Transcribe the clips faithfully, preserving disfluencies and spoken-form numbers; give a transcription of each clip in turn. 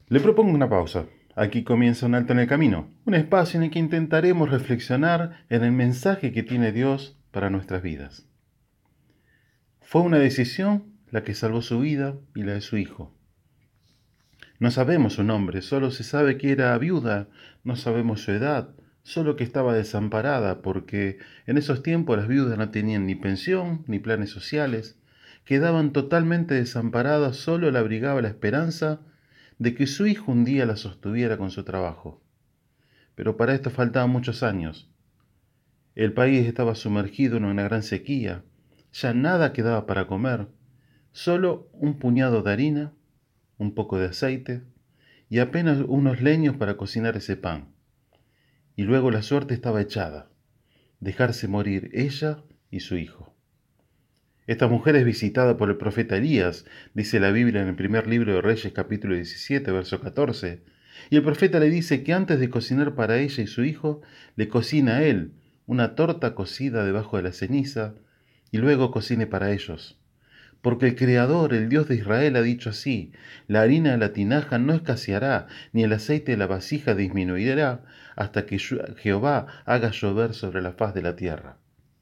Le propongo una pausa. Aquí comienza un alto en el camino, un espacio en el que intentaremos reflexionar en el mensaje que tiene Dios para nuestras vidas. Fue una decisión la que salvó su vida y la de su hijo. No sabemos su nombre, solo se sabe que era viuda, no sabemos su edad, solo que estaba desamparada porque en esos tiempos las viudas no tenían ni pensión ni planes sociales, quedaban totalmente desamparadas, solo la abrigaba la esperanza de que su hijo un día la sostuviera con su trabajo. Pero para esto faltaban muchos años. El país estaba sumergido en una gran sequía, ya nada quedaba para comer, solo un puñado de harina, un poco de aceite y apenas unos leños para cocinar ese pan. Y luego la suerte estaba echada, dejarse morir ella y su hijo. Esta mujer es visitada por el profeta Elías, dice la Biblia en el primer libro de Reyes capítulo diecisiete, verso catorce, y el profeta le dice que antes de cocinar para ella y su hijo, le cocina a él una torta cocida debajo de la ceniza, y luego cocine para ellos. Porque el Creador, el Dios de Israel, ha dicho así: la harina de la tinaja no escaseará, ni el aceite de la vasija disminuirá, hasta que Jehová haga llover sobre la faz de la tierra.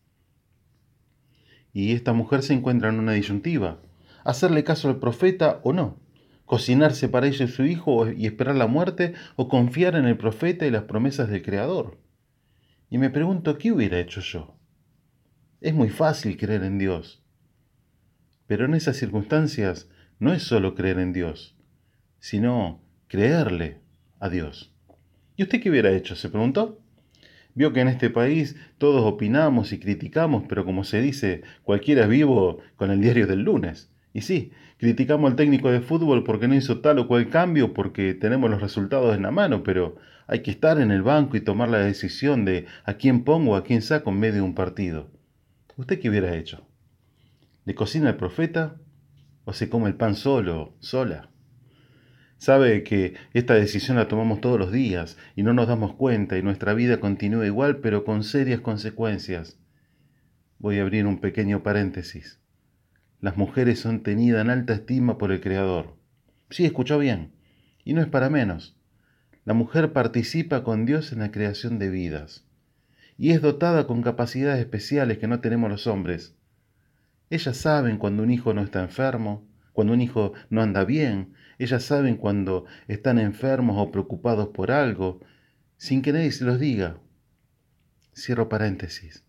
Y esta mujer se encuentra en una disyuntiva: hacerle caso al profeta o no, cocinarse para ella y su hijo y esperar la muerte, o confiar en el profeta y las promesas del Creador. Y me pregunto, ¿qué hubiera hecho yo? Es muy fácil creer en Dios, pero en esas circunstancias no es solo creer en Dios, sino creerle a Dios. ¿Y usted qué hubiera hecho?, se preguntó. Vio que en este país todos opinamos y criticamos, pero como se dice, cualquiera es vivo con el diario del lunes. Y sí, criticamos al técnico de fútbol porque no hizo tal o cual cambio, porque tenemos los resultados en la mano, pero hay que estar en el banco y tomar la decisión de a quién pongo o a quién saco en medio de un partido. ¿Usted qué hubiera hecho? ¿Le cocina al profeta o se come el pan solo, sola? Sabe que esta decisión la tomamos todos los días y no nos damos cuenta y nuestra vida continúa igual, pero con serias consecuencias. Voy a abrir un pequeño paréntesis. Las mujeres son tenidas en alta estima por el Creador. Sí, escuchó bien. Y no es para menos. La mujer participa con Dios en la creación de vidas y es dotada con capacidades especiales que no tenemos los hombres. Ellas saben cuando un hijo no está enfermo, cuando un hijo no anda bien. Ellas saben cuando están enfermos o preocupados por algo, sin que nadie se los diga. Cierro paréntesis.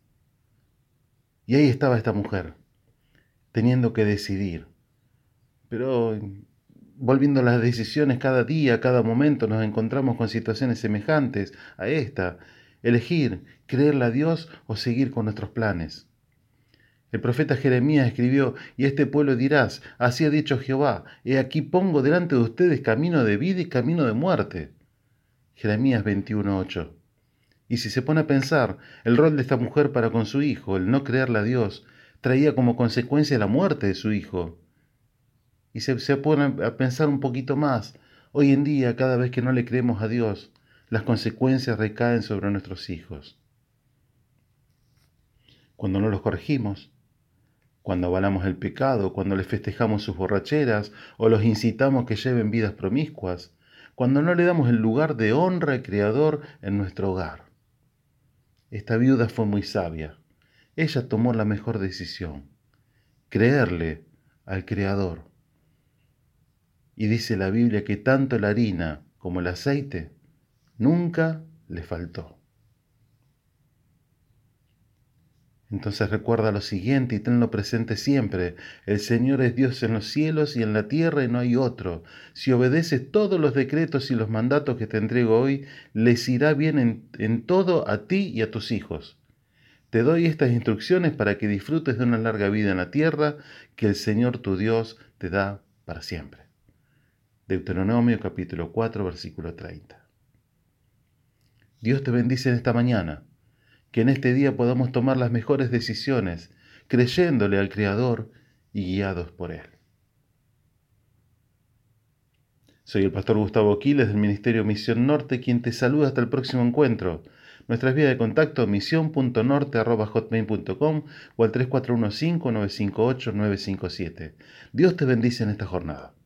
Y ahí estaba esta mujer, teniendo que decidir. Pero volviendo a las decisiones cada día, cada momento, nos encontramos con situaciones semejantes a esta. Elegir, creerle a Dios o seguir con nuestros planes. El profeta Jeremías escribió: y a este pueblo dirás, así ha dicho Jehová, he aquí pongo delante de ustedes camino de vida y camino de muerte. Jeremías veintiuno ocho. Y si se pone a pensar, el rol de esta mujer para con su hijo, el no creerle a Dios, traía como consecuencia la muerte de su hijo. Y se, se pone a pensar un poquito más, hoy en día, cada vez que no le creemos a Dios, las consecuencias recaen sobre nuestros hijos. Cuando no los corregimos, cuando avalamos el pecado, cuando les festejamos sus borracheras o los incitamos que lleven vidas promiscuas, cuando no le damos el lugar de honra al Creador en nuestro hogar. Esta viuda fue muy sabia. Ella tomó la mejor decisión: creerle al Creador. Y dice la Biblia que tanto la harina como el aceite nunca le faltó. Entonces recuerda lo siguiente y tenlo presente siempre: el Señor es Dios en los cielos y en la tierra y no hay otro. Si obedeces todos los decretos y los mandatos que te entrego hoy, les irá bien en, en todo a ti y a tus hijos. Te doy estas instrucciones para que disfrutes de una larga vida en la tierra que el Señor tu Dios te da para siempre. Deuteronomio capítulo cuatro, versículo treinta. Dios te bendice en esta mañana. Que en este día podamos tomar las mejores decisiones, creyéndole al Creador y guiados por Él. Soy el pastor Gustavo Quiles del Ministerio Misión Norte, quien te saluda hasta el próximo encuentro. Nuestras vías de contacto: misión punto norte arroba hotmail punto com o al tres cuatro uno cinco, nueve cinco ocho, nueve cinco siete. Dios te bendice en esta jornada.